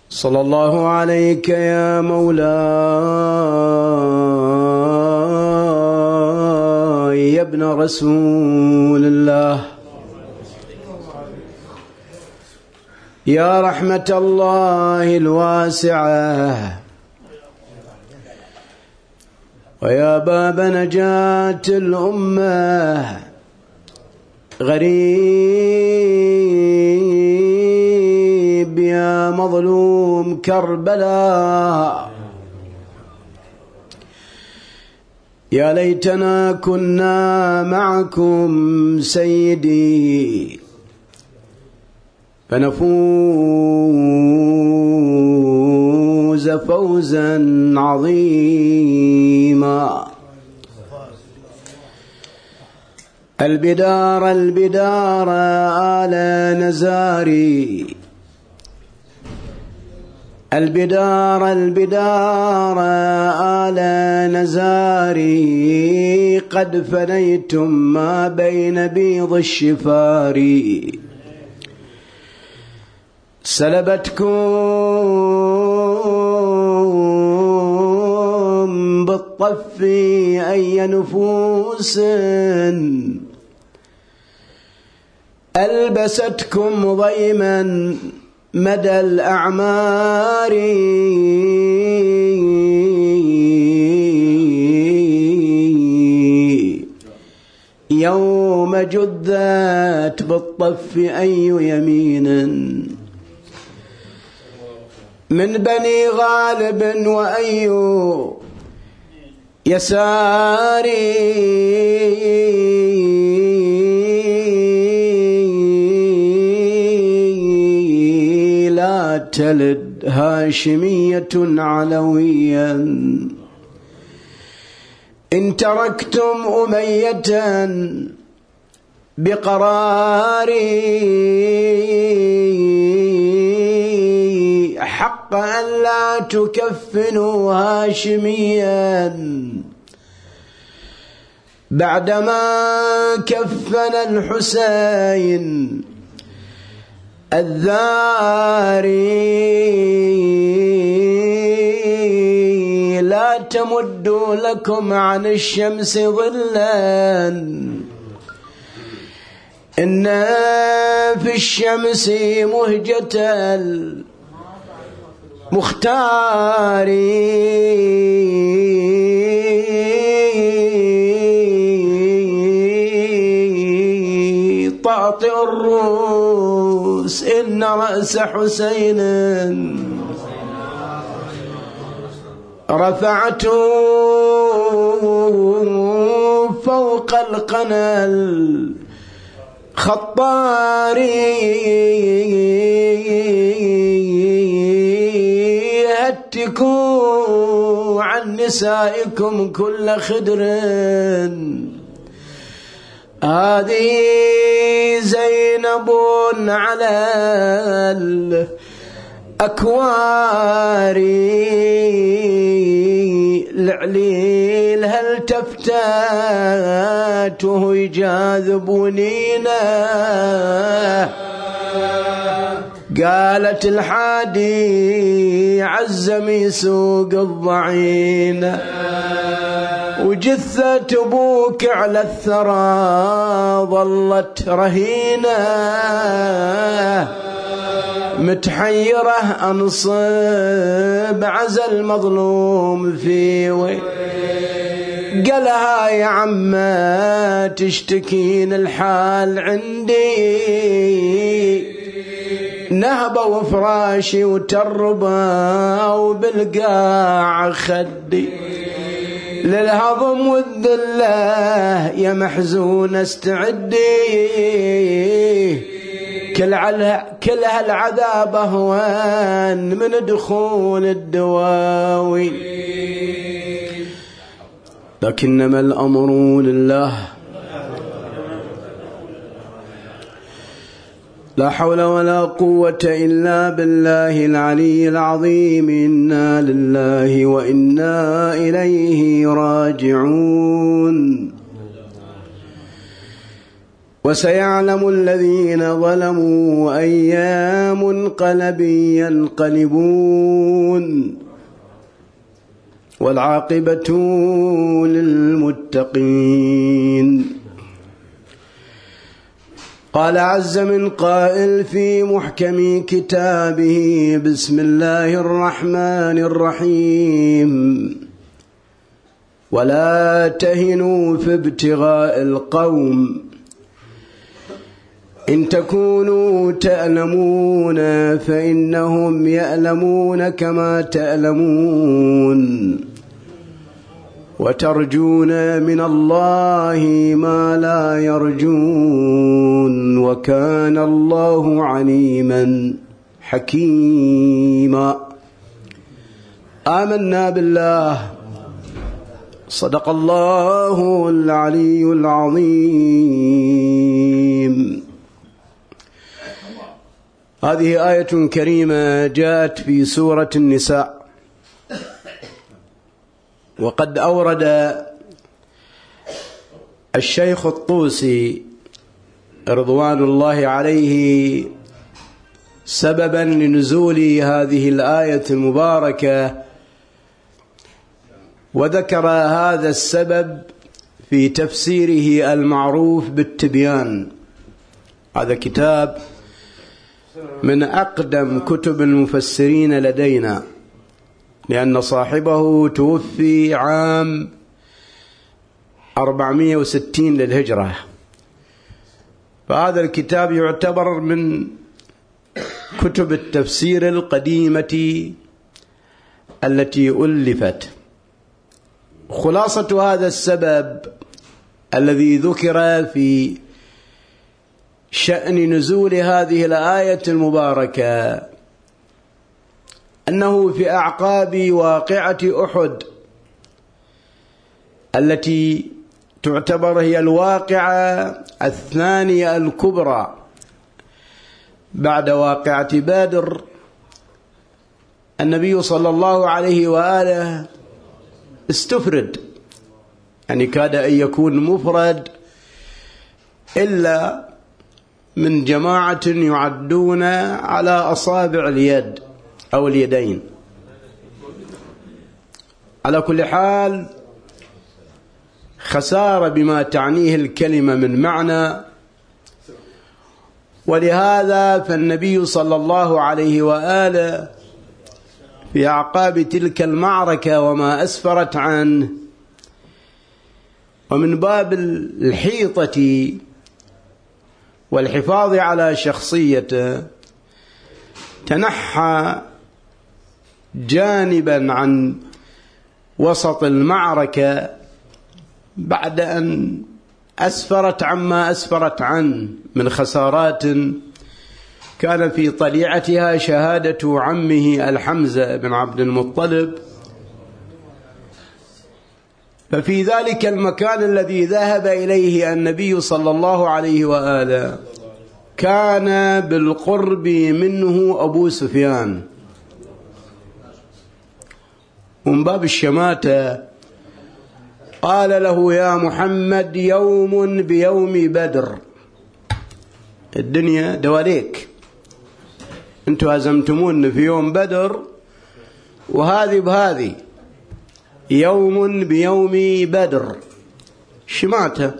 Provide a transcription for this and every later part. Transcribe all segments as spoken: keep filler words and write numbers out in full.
صلى الله عليك يا مولاي يا ابن رسول الله، يا رحمة الله الواسعة، ويا باب نجاة الأمة، غريب يا مظلوم كربلاء، يا ليتنا كنا معكم سيدي فنفوز فوزا عظيما. البدار البدار آل نزاري، البدار البدار آل نزاري، قد فنيتم ما بين بيض الشفار، سلبتكم بالطف أي نفوس، ألبستكم ضيما مدى الأعمار، يوم جذت بالطف أي يمين من بني غالب وأي يساري، لا تلد هاشمية علويا إن تركتم أمية بقراري، حق أن لا تكفنوا هاشميا بعدما كفن الحسين الذاري، لا تمدوا لكم عن الشمس ظلا إن في الشمس مهجة المختار، طاطئ الرؤوس إن رأس حسين رفعته فوق القنا خطاري، هتكوا عن نسائكم كل خدر، هذه زينب على الأكوار، العليل هل تفتاته يجاذبونينا، قالت الحادي عزمي سوق الضعين، وجثة أبوك على الثرى ظلت رهينة، متحيرة أنصب عزى المظلوم في وين، قالها يا عمّا تشتكين الحال عندي، نهبة وفراشي وتربة وبالقاع خدي، للهضم والذلة يا محزون استعدي، كل كل هالعذاب أهوان من دخول الدواوي، لكنما الأمر لله، لا حول ولا قوة إلا بالله العلي العظيم، إنا لله وإنا إليه راجعون. وسيعلم الذين ظلموا أي منقلب ينقلبون والعاقبة للمتقين. قال عز من قائل في محكم كتابه: بسم الله الرحمن الرحيم: ولا تهنوا في ابتغاء القوم إن تكونوا تألمون فإنهم يألمون كما تألمون وترجون من الله ما لا يرجون وكان الله عليما حكيما. آمنا بالله. صدق الله العلي العظيم. هذه آية كريمة جاءت في سورة النساء، وقد أورد الشيخ الطوسي رضوان الله عليه سببا لنزول هذه الآية المباركة، وذكر هذا السبب في تفسيره المعروف بالتبيان. هذا كتاب من أقدم كتب المفسرين لدينا، لأن صاحبه توفي عام أربعمائة وستين للهجرة، فهذا الكتاب يعتبر من كتب التفسير القديمة التي ألفت. خلاصة هذا السبب الذي ذكر في شأن نزول هذه الآية المباركة أنه في أعقاب واقعة أحد التي تعتبر هي الواقعة الثانية الكبرى بعد واقعة بدر، النبي صلى الله عليه وآله استفرد، يعني كاد أن يكون مفرد إلا من جماعة يعدون على أصابع اليد أو اليدين. على كل حال خسارة بما تعنيه الكلمة من معنى، ولهذا فالنبي صلى الله عليه وآله في أعقاب تلك المعركة وما أسفرت عنه، ومن باب الحيطة والحفاظ على شخصيته، تنحى جانبا عن وسط المعركة بعد أن أسفرت عما أسفرت عنه من خسارات كان في طليعتها شهادة عمه الحمزة بن عبد المطلب. ففي ذلك المكان الذي ذهب إليه النبي صلى الله عليه وآله كان بالقرب منه أبو سفيان، ومن باب الشماتة قال له: يا محمد يوم بيوم بدر، الدنيا دواليك، انتوا هزمتمون في يوم بدر وهذه بهذه، يوم بيوم بدر، شماته.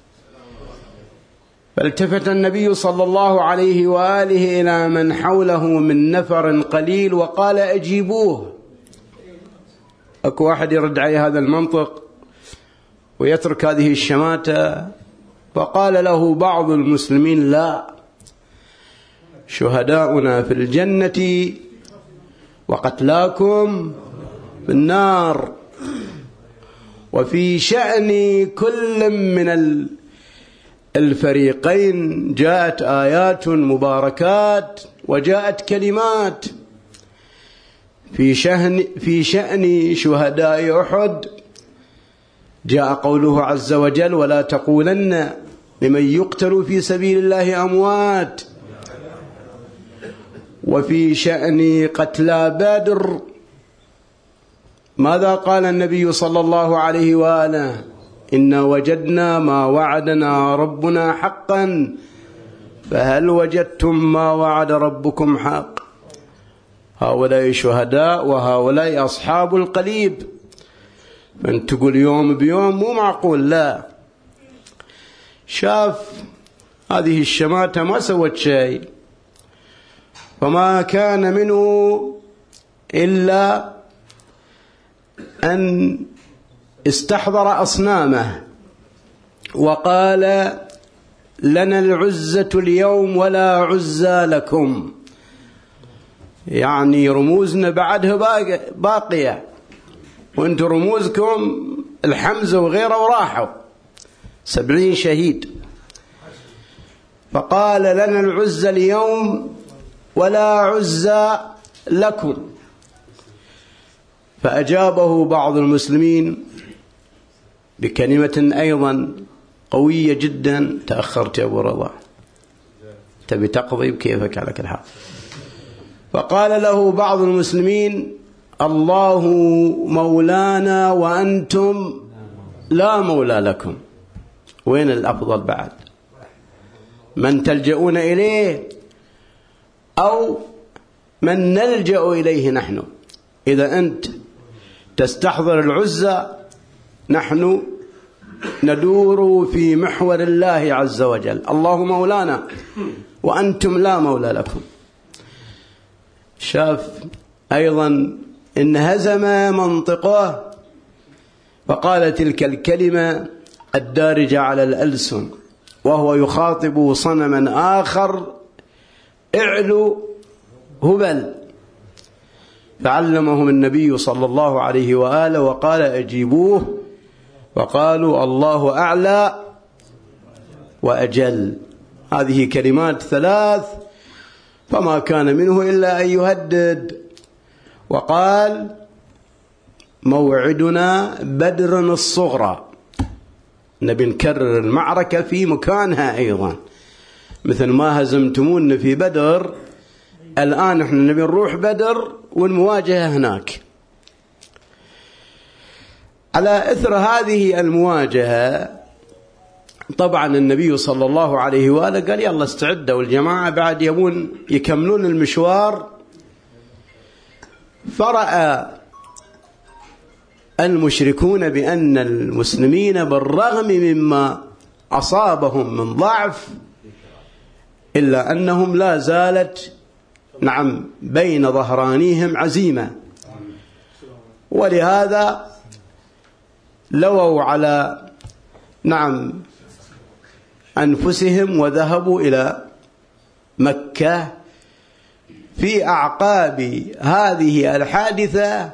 فالتفت النبي صلى الله عليه وآله إلى من حوله من نفر قليل وقال: أجيبوه. أكو واحد يرد عليه هذا المنطق ويترك هذه الشماتة؟ فقال له بعض المسلمين: لا، شهداؤنا في الجنة وقتلاكم في النار. وفي شأن كل من الفريقين جاءت آيات مباركات وجاءت كلمات. في شأن في شأن شهداء أحد جاء قوله عز وجل: ولا تقولن لمن يقتل في سبيل الله أموات. وفي شأن قتلى بدر ماذا قال النبي صلى الله عليه وآله؟ إنا وجدنا ما وعدنا ربنا حقا فهل وجدتم ما وعد ربكم حق. هؤلاء شهداء وهؤلاء أصحاب القليب. من تقول يوم بيوم مو معقول. لا، شاف هذه الشماتة ما سوت شيء، فما كان منه إلا أن استحضر أصنامه وقال لنا العزة اليوم ولا عزى لكم، يعني رموزنا بعدها باقية، وانتم رموزكم الحمزة وغيره وراحوا سبعين شهيد. فقال لنا العزة اليوم ولا عزى لكم. فأجابه بعض المسلمين بكلمة أيضا قوية جدا. تأخرت يا أبو رضا، تبي تقضي بكيفك على كل حال. فقال له بعض المسلمين الله مولانا وأنتم لا مولى لكم. وين الأفضل بعد؟ من تلجؤون إليه أو من نلجأ إليه نحن؟ إذا أنت تستحضر العزة نحن ندور في محور الله عز وجل. الله مولانا وأنتم لا مولى لكم. شاف أيضا إن هزم منطقه فقال تلك الكلمة الدارجة على الألسن وهو يخاطب صنما آخر اعلو هبل. فعلمهم النبي صلى الله عليه وآله وقال أجيبوه، وقالوا الله أعلى وأجل. هذه كلمات ثلاث، فما كان منه إلا أن يهدد. وقال موعدنا بدر الصغرى. نبي نكرر المعركة في مكانها أيضا، مثل ما هزمتمونا في بدر، الآن احنا نبي نروح بدر والمواجهة هناك. على إثر هذه المواجهة طبعا النبي صلى الله عليه وآله قال يلا استعدوا، والجماعة بعد يبون يكملون المشوار. فرأى المشركون بأن المسلمين بالرغم مما أصابهم من ضعف إلا أنهم لا زالت نعم بين ظهرانيهم عزيمة، ولهذا لووا على نعم أنفسهم وذهبوا إلى مكة. في أعقاب هذه الحادثة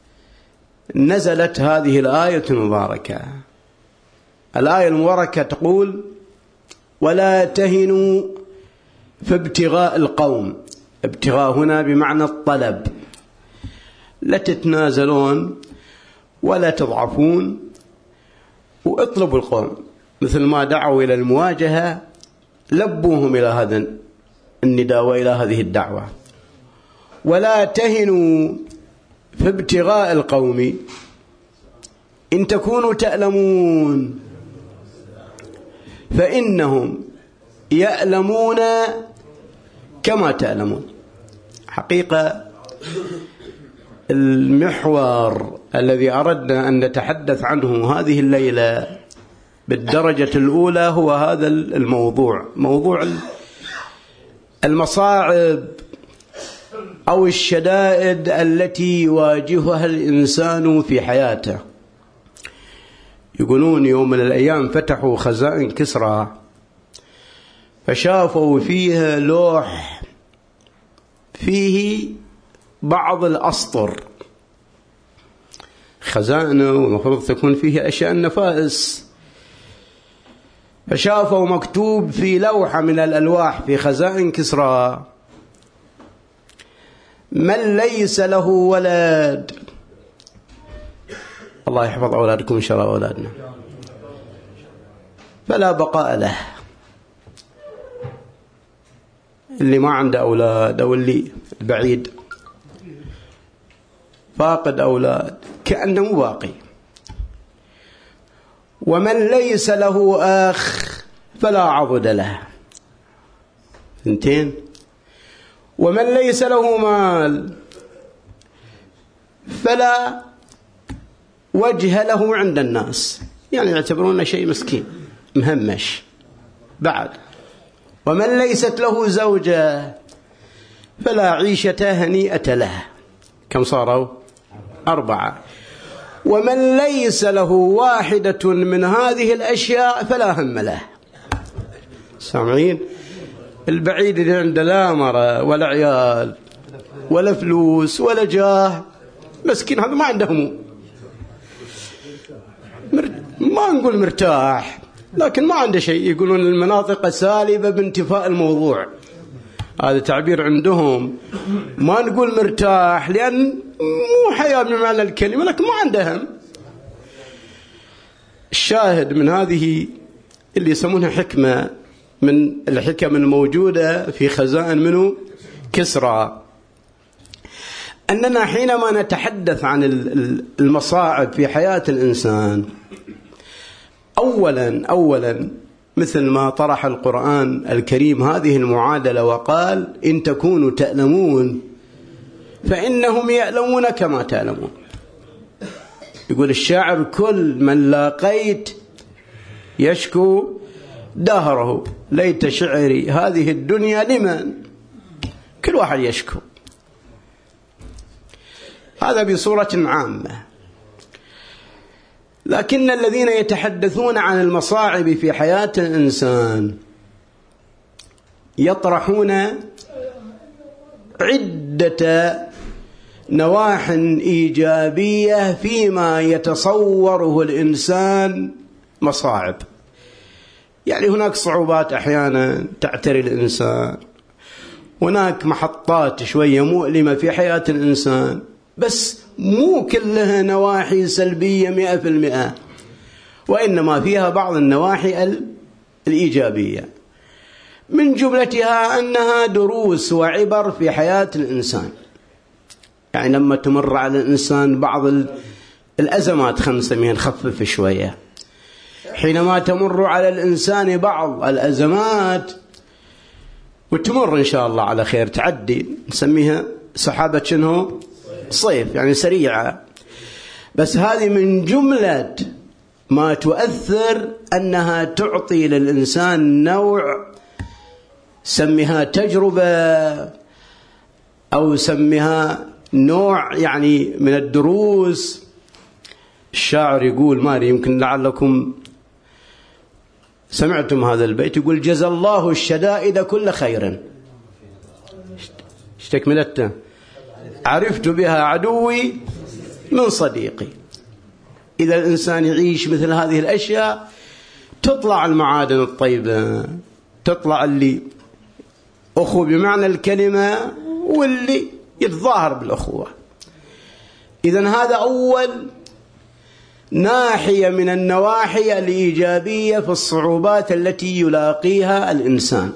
نزلت هذه الآية المباركة. الآية المباركة تقول ولا تهنوا في ابتغاء القوم. ابتغاء هنا بمعنى الطلب، لا تتنازلون ولا تضعفون واطلبوا القوم، مثل ما دعوا إلى المواجهة لبوهم إلى هذا النداء وإلى هذه الدعوة. ولا تهنوا في ابتغاء القوم إن تكونوا تألمون فإنهم يألمون كما تألمون. حقيقة المحور الذي أردنا أن نتحدث عنه هذه الليلة بالدرجة الأولى هو هذا الموضوع، موضوع المصاعب أو الشدائد التي يواجهها الإنسان في حياته. يقولون يوم من الأيام فتحوا خزائن كسرى فشافوا فيها لوح فيه بعض الأسطر، خزائنه ومفروض تكون فيه أشياء النفائس، فشافوا مكتوب في لوحة من الألواح في خزائن كسرى من ليس له ولد. الله يحفظ أولادكم إن شاء الله أولادنا. فلا بقاء له. اللي ما عنده أولاد أو اللي بعيد فاقد أولاد كأنه باقي. ومن ليس له أخ فلا عضد له. اثنتين. ومن ليس له مال فلا وجه له عند الناس، يعني يعتبرونه شيء مسكين مهمش. بعد ومن ليست له زوجة فلا عيشة هنيئة له. كم صاروا؟ أربعة. ومن ليس له واحدة من هذه الأشياء فلا هم له. سامعين؟ البعيد اللي عنده لا مرة ولا عيال ولا فلوس ولا جاه، مسكين هذا ما عنده هموم، ما نقول مرتاح لكن ما عنده شيء. يقولون المناطق سالبة بانتفاء الموضوع، هذا تعبير عندهم. ما نقول مرتاح لأن مو حياة بمعنى الكلمة، لكن ما عنده هم. الشاهد من هذه اللي يسمونها حكمة من الحكم الموجودة في خزائن منه كسرى، أننا حينما نتحدث عن المصاعب في حياة الإنسان، أولا أولا مثل ما طرح القرآن الكريم هذه المعادلة وقال: إن تكونوا تألمون فإنهم يألمون كما تألمون. يقول الشاعر: كل من لاقيت يشكو دهره، ليت شعري هذه الدنيا لمن. كل واحد يشكو، هذا بصورة عامة. لكن الذين يتحدثون عن المصاعب في حياة الإنسان يطرحون عدة نواح إيجابية فيما يتصوره الإنسان مصاعب. يعني هناك صعوبات أحيانا تعتري الإنسان، هناك محطات شوية مؤلمة في حياة الإنسان، بس مو كلها نواحي سلبية مئة في المئة، وإنما فيها بعض النواحي الإيجابية، من جملتها أنها دروس وعبر في حياة الإنسان. يعني لما تمر على الإنسان بعض الأزمات، خلينا نسميها نخفف شوية، حينما تمر على الإنسان بعض الأزمات وتمر إن شاء الله على خير، تعدي، نسميها سحابة شنو صيف، يعني سريعة، بس هذه من جملة ما تؤثر أنها تعطي للإنسان نوع، سميها تجربة أو سميها نوع يعني من الدروس. الشاعر يقول، ما يمكن لعلكم سمعتم هذا البيت، يقول: جزى الله الشدائد كل خير. اشتكملته: عرفت بها عدوي من صديقي. إذا الإنسان يعيش مثل هذه الأشياء تطلع المعادن الطيبة، تطلع اللي أخو بمعنى الكلمة واللي يتظاهر بالأخوة. إذن هذا أول ناحية من النواحي الإيجابية في الصعوبات التي يلاقيها الإنسان.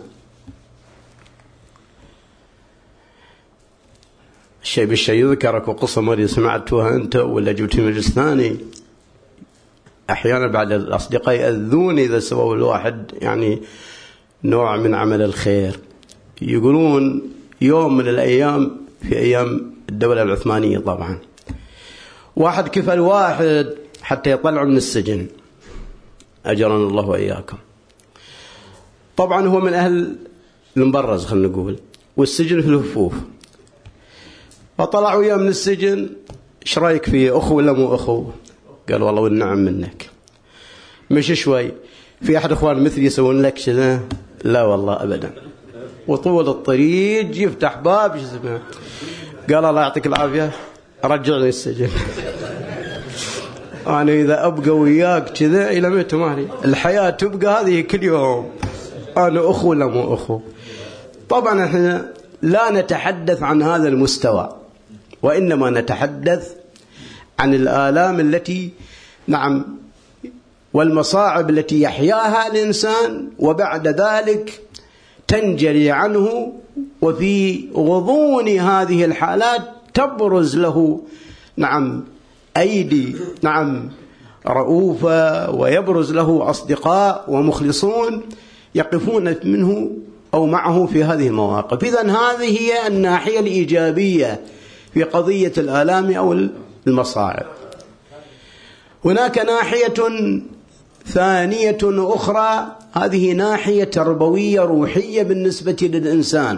الشيء بالشيء يذكرك، وقصة مرة سمعتها أنت ولا جبت مجلس ثاني. أحيانا بعد الأصدقاء يأذون إذا سووا الواحد يعني نوع من عمل الخير. يقولون يوم من الأيام في أيام الدولة العثمانية طبعا، واحد كفل واحد حتى يطلعوا من السجن، أجرنا الله وإياكم. طبعا هو من أهل المبرز خلنا نقول، والسجن في الهفوف. فطلعوا يوم من السجن: ايش رايك فيه، أخو ولا مو أخو؟ قال: والله والنعم منك. مش شوي، في أحد أخوان مثلي يسوون لك كذا؟ لا والله أبدا. وطول الطريق يفتح باب جسمه، قال: الله يعطيك العافية، رجعني السجن. أنا إذا أبقى وياك كذا إلى متى مالي، الحياة تبقى هذه كل يوم، أنا أخو ولا مو أخو؟ طبعا احنا لا نتحدث عن هذا المستوى، وإنما نتحدث عن الآلام التي نعم والمصاعب التي يحياها الإنسان، وبعد ذلك تنجلي عنه، وفي غضون هذه الحالات تبرز له نعم أيدي نعم رؤوفة ويبرز له أصدقاء ومخلصون يقفون منه أو معه في هذه المواقف. إذن هذه هي الناحية الإيجابية في قضية الآلام أو المصاعب. هناك ناحية ثانية أخرى، هذه ناحية تربوية روحية بالنسبة للإنسان.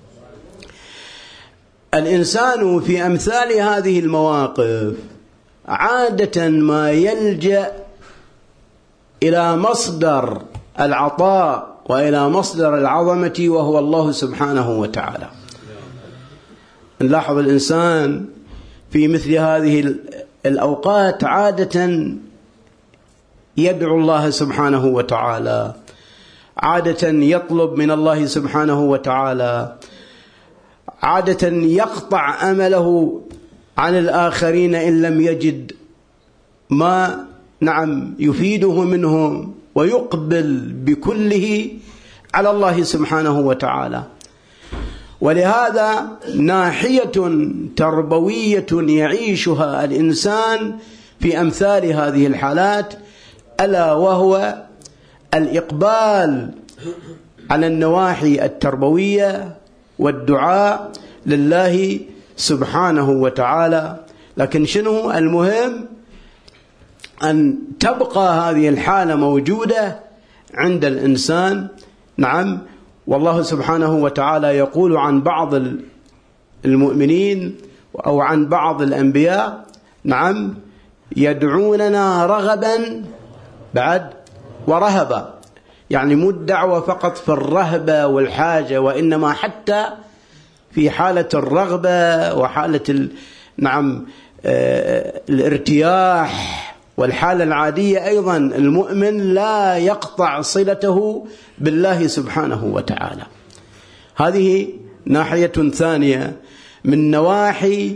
الإنسان في أمثال هذه المواقف عادة ما يلجأ إلى مصدر العطاء وإلى مصدر العظمة وهو الله سبحانه وتعالى. نلاحظ الإنسان في مثل هذه الأوقات عادة يدعو الله سبحانه وتعالى، عادة يطلب من الله سبحانه وتعالى، عادة يقطع أمله عن الآخرين إن لم يجد ما نعم يفيده منهم، ويقبل بكله على الله سبحانه وتعالى. ولهذا ناحية تربوية يعيشها الإنسان في أمثال هذه الحالات، ألا وهو الإقبال على النواحي التربوية والدعاء لله سبحانه وتعالى. لكن شنو المهم؟ أن تبقى هذه الحالة موجودة عند الإنسان. نعم، والله سبحانه وتعالى يقول عن بعض المؤمنين أو عن بعض الأنبياء، نعم، يدعوننا رغبا بعد ورهبا، يعني مو الدعوة فقط في الرهبة والحاجة، وإنما حتى في حالة الرغبة وحالة ال... نعم آه الارتياح والحالة العادية أيضا المؤمن لا يقطع صلته بالله سبحانه وتعالى. هذه ناحية ثانية من نواحي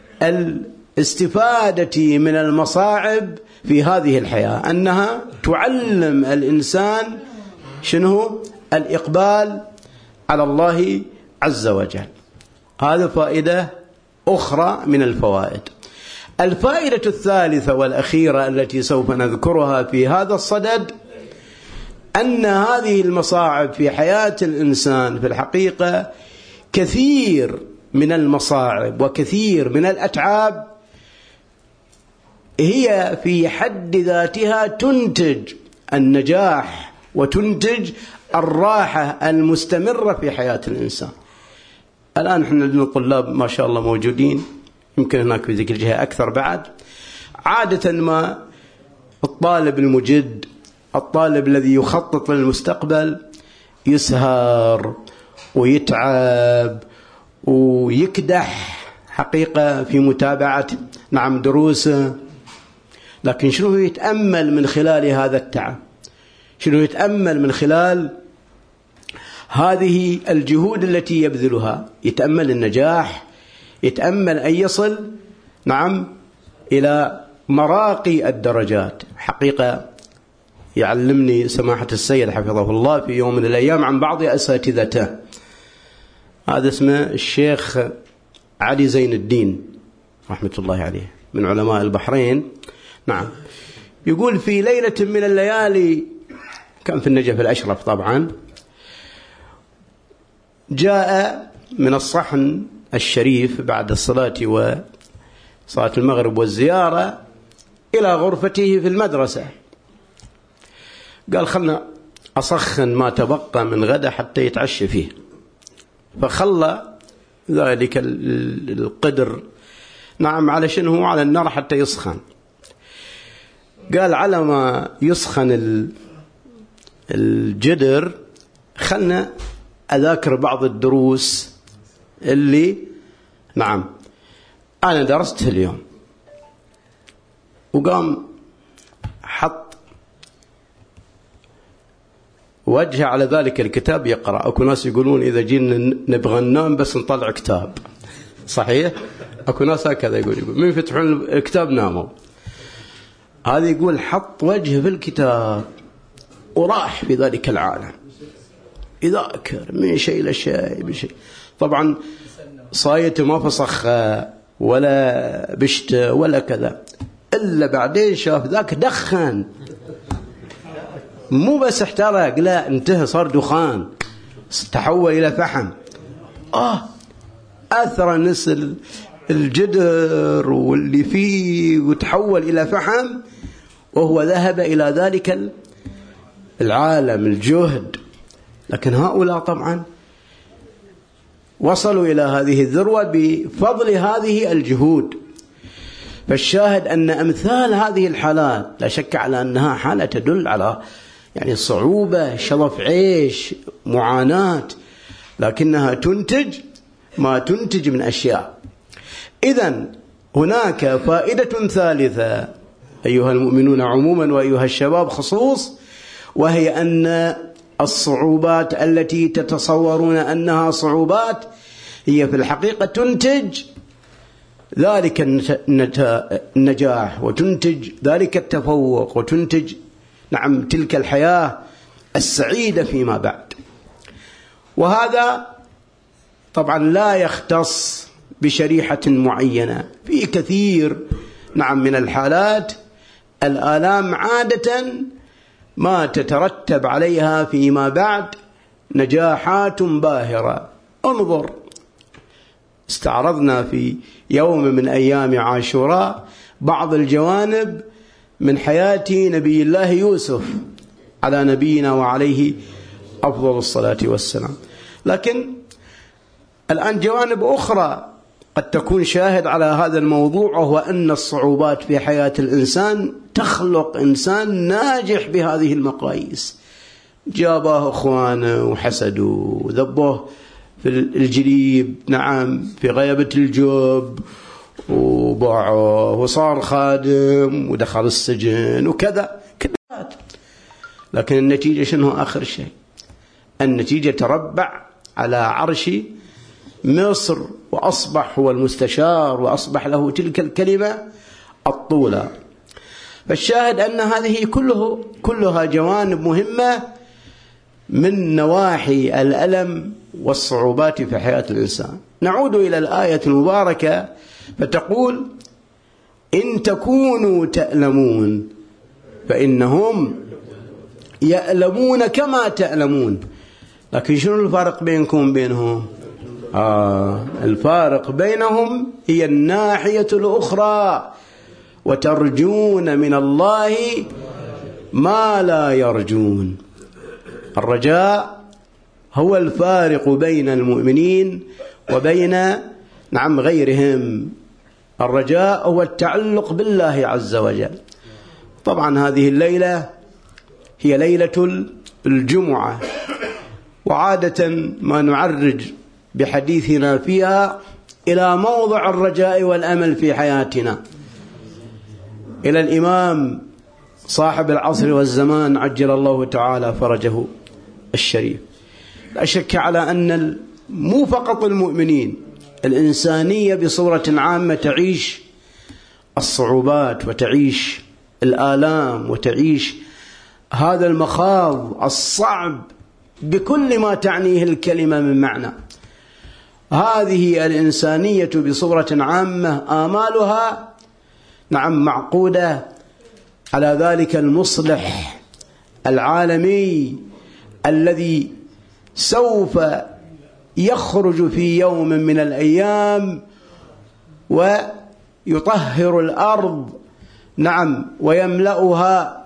الاستفادة من المصاعب في هذه الحياة، أنها تعلم الإنسان شنو؟ الإقبال على الله عز وجل. هذا فائدة أخرى من الفوائد. الفائدة الثالثة والأخيرة التي سوف نذكرها في هذا الصدد، أن هذه المصاعب في حياة الإنسان في الحقيقة كثير من المصاعب وكثير من الأتعاب هي في حد ذاتها تنتج النجاح وتنتج الراحة المستمرة في حياة الإنسان. الآن احنا لنا طلاب ما شاء الله موجودين، يمكن هناك في ذيك الجهة أكثر بعد. عادة ما الطالب المجد، الطالب الذي يخطط للمستقبل، يسهر ويتعب ويكدح حقيقة في متابعة نعم دروسه، لكن شنو يتأمل من خلال هذا التعب؟ شنو يتأمل من خلال هذه الجهود التي يبذلها؟ يتأمل النجاح، يتأمل أن يصل نعم إلى مراقي الدرجات. حقيقة يعلمني سماحة السيد حفظه الله في يوم من الأيام عن بعض أساتذته، هذا اسمه الشيخ علي زين الدين رحمة الله عليه من علماء البحرين. نعم، يقول في ليلة من الليالي، كان في النجف الأشرف طبعا، جاء من الصحن الشريف بعد الصلاة وصلاة المغرب والزيارة إلى غرفته في المدرسة. قال خلنا أسخن ما تبقى من غدا حتى يتعشى فيه، فخلى ذلك القدر نعم على شنو؟ على النار حتى يسخن. قال على ما يسخن الجدر خلنا أذاكر بعض الدروس اللي نعم أنا درستها اليوم. وقام حط وجه على ذلك الكتاب يقرأ. أكو ناس يقولون إذا جينا نبغى ننام بس نطلع كتاب، صحيح؟ أكو ناس هكذا يقول يقول من يفتحون الكتاب ناموا. هذا يقول حط وجهه في الكتاب وراح في ذلك العالم يذاكر من شيء لشيء من شيء. طبعا صايته ما فسخ ولا بشت ولا كذا، إلا بعدين شاف ذاك دخن، مو بس احترق، لا انتهى صار دخان، تحول إلى فحم. آه أثر نسل الجدر واللي فيه وتحول إلى فحم، وهو ذهب إلى ذلك العالم الجهد. لكن هؤلاء طبعا وصلوا إلى هذه الذروة بفضل هذه الجهود. فالشاهد أن أمثال هذه الحالات لا شك على أنها حالة تدل على يعني صعوبة، شظف عيش، معاناة، لكنها تنتج ما تنتج من أشياء. إذن هناك فائدة ثالثة أيها المؤمنون عموما وأيها الشباب خصوص، وهي أن الصعوبات التي تتصورون أنها صعوبات هي في الحقيقة تنتج ذلك النجاح، وتنتج ذلك التفوق، وتنتج نعم تلك الحياة السعيدة فيما بعد. وهذا طبعا لا يختص بشريحة معينة، في كثير نعم من الحالات الآلام عادة ما تترتب عليها فيما بعد نجاحات باهرة. انظر، استعرضنا في يوم من أيام عاشوراء بعض الجوانب من حياة نبي الله يوسف على نبينا وعليه أفضل الصلاة والسلام. لكن الآن جوانب أخرى قد تكون شاهد على هذا الموضوع، وهو أن الصعوبات في حياة الإنسان تخلق إنسان ناجح بهذه المقاييس. جابه أخوانه وحسدوا وذبوه في الجليب، نعم في غيبة الجب، وباعوه وصار خادم ودخل السجن وكذا كذا. لكن النتيجة شنو آخر شيء؟ النتيجة تربع على عرش مصر، وأصبح هو المستشار، وأصبح له تلك الكلمة الطولة. فالشاهد أن هذه كله كلها جوانب مهمة من نواحي الألم والصعوبات في حياة الإنسان. نعود إلى الآية المباركة فتقول: إن تكونوا تألمون فإنهم يألمون كما تألمون. لكن شنو الفارق بينكم بينهم؟ آه الفارق بينهم هي الناحية الأخرى، وترجون من الله ما لا يرجون. الرجاء هو الفارق بين المؤمنين وبين نعم غيرهم. الرجاء هو التعلق بالله عز وجل. طبعا هذه الليلة هي ليلة الجمعة، وعادة ما نعرج بحديثنا فيها إلى موضع الرجاء والأمل في حياتنا، إلى الإمام صاحب العصر والزمان عجل الله تعالى فرجه الشريف. لا شك على أن مو فقط المؤمنين، الإنسانية بصورة عامة تعيش الصعوبات، وتعيش الآلام، وتعيش هذا المخاض الصعب بكل ما تعنيه الكلمة من معنى. هذه الإنسانية بصورة عامة آمالها نعم معقودة على ذلك المصلح العالمي الذي سوف يخرج في يوم من الأيام ويطهر الأرض نعم ويملأها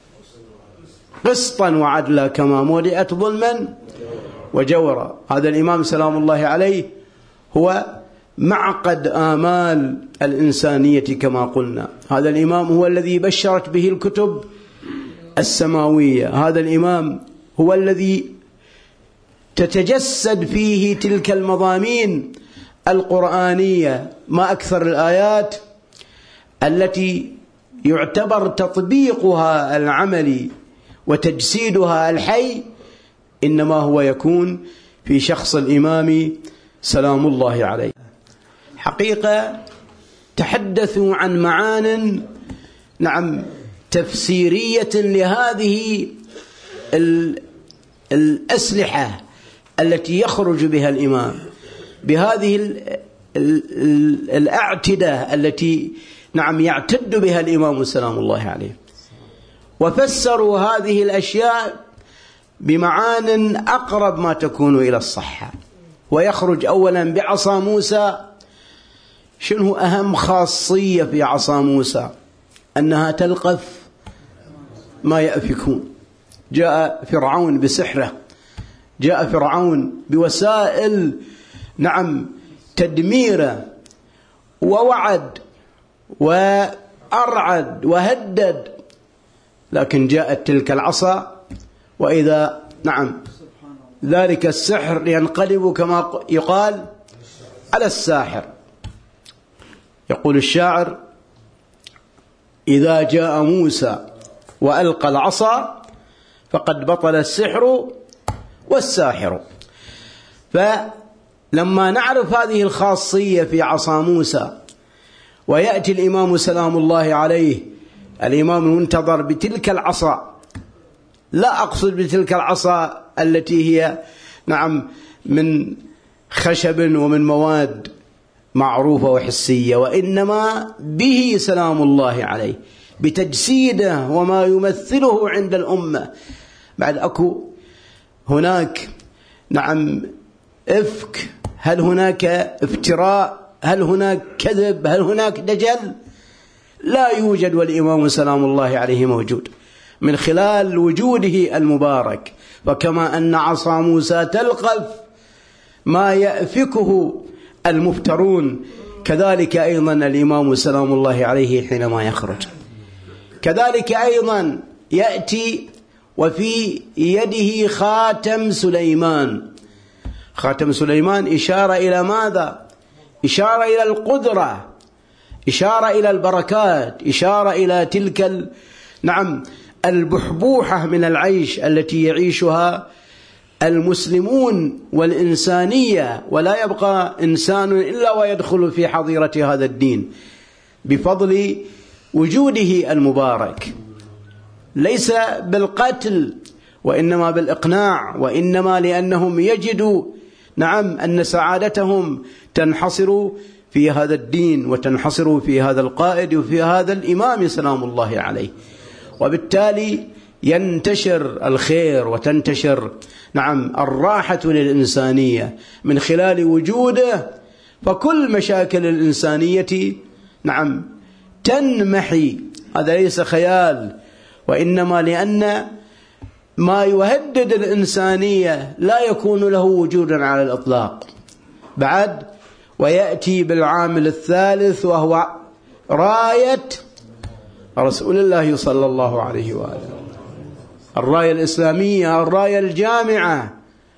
قسطا وعدلا كما مولئت ظلما وجورا. هذا الإمام سلام الله عليه هو معقد آمال الإنسانية كما قلنا. هذا الإمام هو الذي بشرت به الكتب السماوية. هذا الإمام هو الذي تتجسد فيه تلك المضامين القرآنية. ما أكثر الآيات التي يعتبر تطبيقها العملي وتجسيدها الحي إنما هو يكون في شخص الإمام سلام الله عليه. حقيقة تحدثوا عن معان نعم تفسيرية لهذه الأسلحة التي يخرج بها الإمام، بهذه الأعتدة التي نعم يعتد بها الإمام سلام الله عليه. وفسروا هذه الأشياء بمعان أقرب ما تكون إلى الصحة. ويخرج أولا بعصا موسى. شنو أهم خاصية في عصا موسى؟ أنها تلقف ما يأفكون. جاء فرعون بسحره، جاء فرعون بوسائل نعم تدميره، ووعد وأرعد وهدد، لكن جاءت تلك العصا وإذا نعم ذلك السحر ينقلب كما يقال على الساحر. يقول الشاعر: إذا جاء موسى وألقى العصا فقد بطل السحر والساحر. فلما نعرف هذه الخاصية في عصا موسى، ويأتي الإمام سلام الله عليه الإمام المنتظر بتلك العصا، لا أقصد بتلك العصا التي هي نعم من خشب ومن مواد معروفة وحسية، وإنما به سلام الله عليه بتجسيده وما يمثله عند الأمة. بعد أكو هناك نعم إفك، هل هناك افتراء، هل هناك كذب، هل هناك دجل؟ لا يوجد، والإمام سلام الله عليه موجود من خلال وجوده المبارك. وكما أن عصا موسى تلقف ما يأفكه المفترون، كذلك أيضا الإمام سلام الله عليه حينما يخرج. كذلك أيضا يأتي وفي يده خاتم سليمان. خاتم سليمان إشارة إلى ماذا؟ إشارة إلى القدرة، إشارة إلى البركات، إشارة إلى تلك ال... نعم البحبوحة من العيش التي يعيشها المسلمون والإنسانية، ولا يبقى إنسان إلا ويدخل في حظيرة هذا الدين بفضل وجوده المبارك، ليس بالقتل وإنما بالإقناع، وإنما لأنهم يجدوا نعم أن سعادتهم تنحصر في هذا الدين، وتنحصر في هذا القائد وفي هذا الإمام سلام الله عليه. وبالتالي ينتشر الخير وتنتشر نعم الراحة للإنسانية من خلال وجوده. فكل مشاكل الإنسانية نعم تنمحي. هذا ليس خيال، وإنما لأن ما يهدد الإنسانية لا يكون له وجودا على الإطلاق. بعد ويأتي بالعامل الثالث وهو راية رسول الله صلى الله عليه وآله، الراية الإسلامية، الراية الجامعة.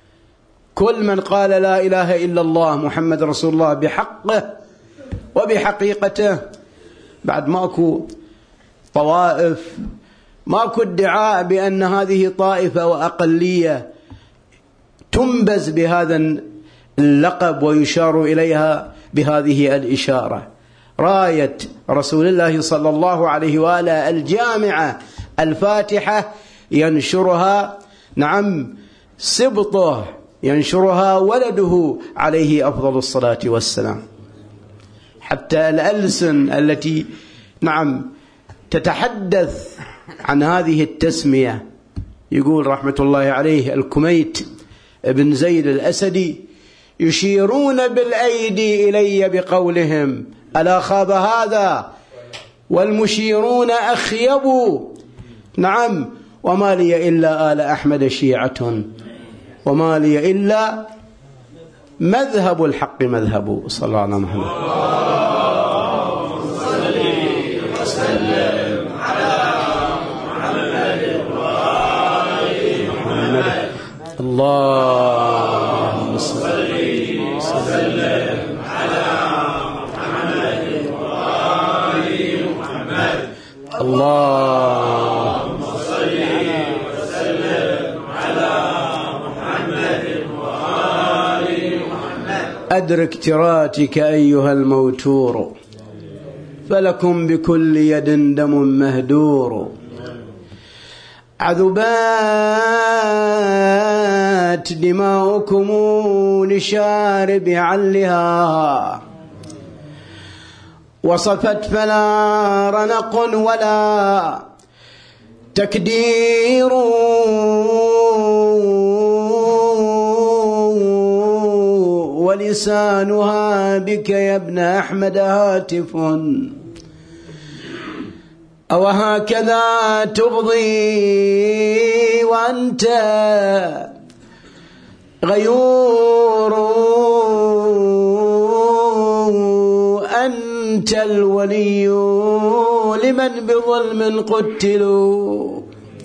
كل من قال لا إله إلا الله محمد رسول الله بحقه وبحقيقته. بعد ماكو طوائف، ماكو ادعاء بأن هذه طائفة وأقلية تنبز بهذا اللقب ويشار إليها بهذه الإشارة. راية رسول الله صلى الله عليه وآله الجامعة الفاتحة ينشرها نعم سبطه، ينشرها ولده عليه أفضل الصلاة والسلام. حتى الألسن التي نعم تتحدث عن هذه التسمية، يقول رحمة الله عليه الكميت ابن زيد الأسدي: يشيرون بالأيدي إلي بقولهم ألا خاب هذا، والمشيرون أخيبوا. نعم وما لي إلا آل أحمد شيعة، وما لي إلا مذهب الحق مذهب. صلى الله عليه وسلم. اللهم صل وسلم على محمد وآل محمد. اللهم صل وسلم على محمد وآل محمد. أدرك تراتك أيها الموتور، فلكم بكل يد دم مهدور. عذبات دماؤكم لشارب علها، وصفت فلا رنق ولا تكدير ولسانها بك يا ابن أحمد هاتف أو هكذا تغضي وأنت غيور أنت الولي لمن بظلم قتلوا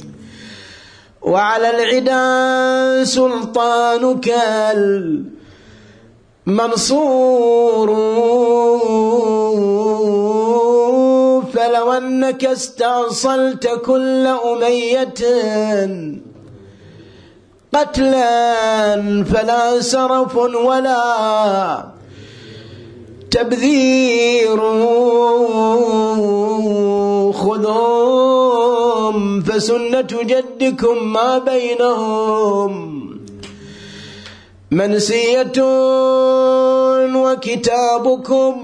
وعلى العدا سلطانك المنصور فلو أنك استأصلت كل أمية قتلا فلا سرف ولا تبذير خذهم فسنة جدكم ما بينهم منسية وكتابكم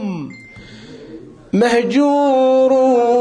مهجور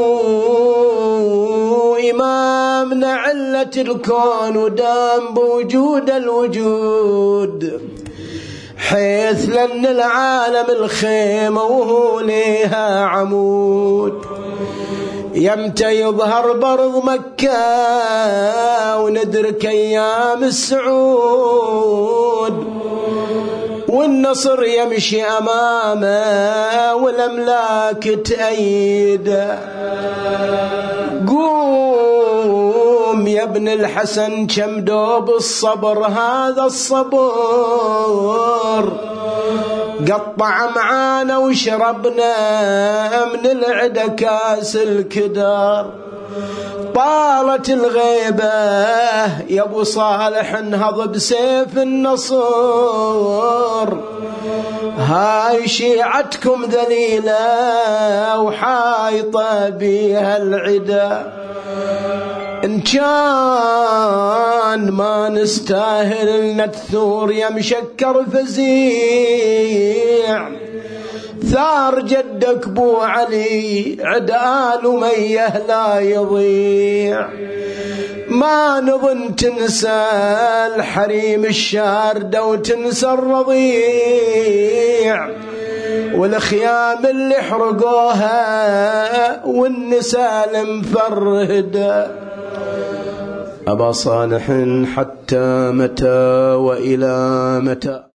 إمامنا علة الكون دام بوجود الوجود حيث لن العالم الخيمة وهو ليها عمود يمتى يظهر برض مكة وندرك أيام السعود والنصر يمشي أمامه والأملاك تأيد قوم يا ابن الحسن كم دوب الصبر هذا الصبر قطع معانا وشربنا من العدا كاس الكدار طالت الغيبة يا ابو صالح انهض بسيف النصر هاي شيعتكم ذليلة وحايطة بيها العدا إن كان ما نستاهل لنا الثور يا مشكر فزيع ثار جدك بو علي عدال وميه لا يضيع ما نظن تنسى الحريم الشاردة وتنسى الرضيع والخيام اللي حرقوها والنساء المفردة أبا صالح حتى متى وإلى متى؟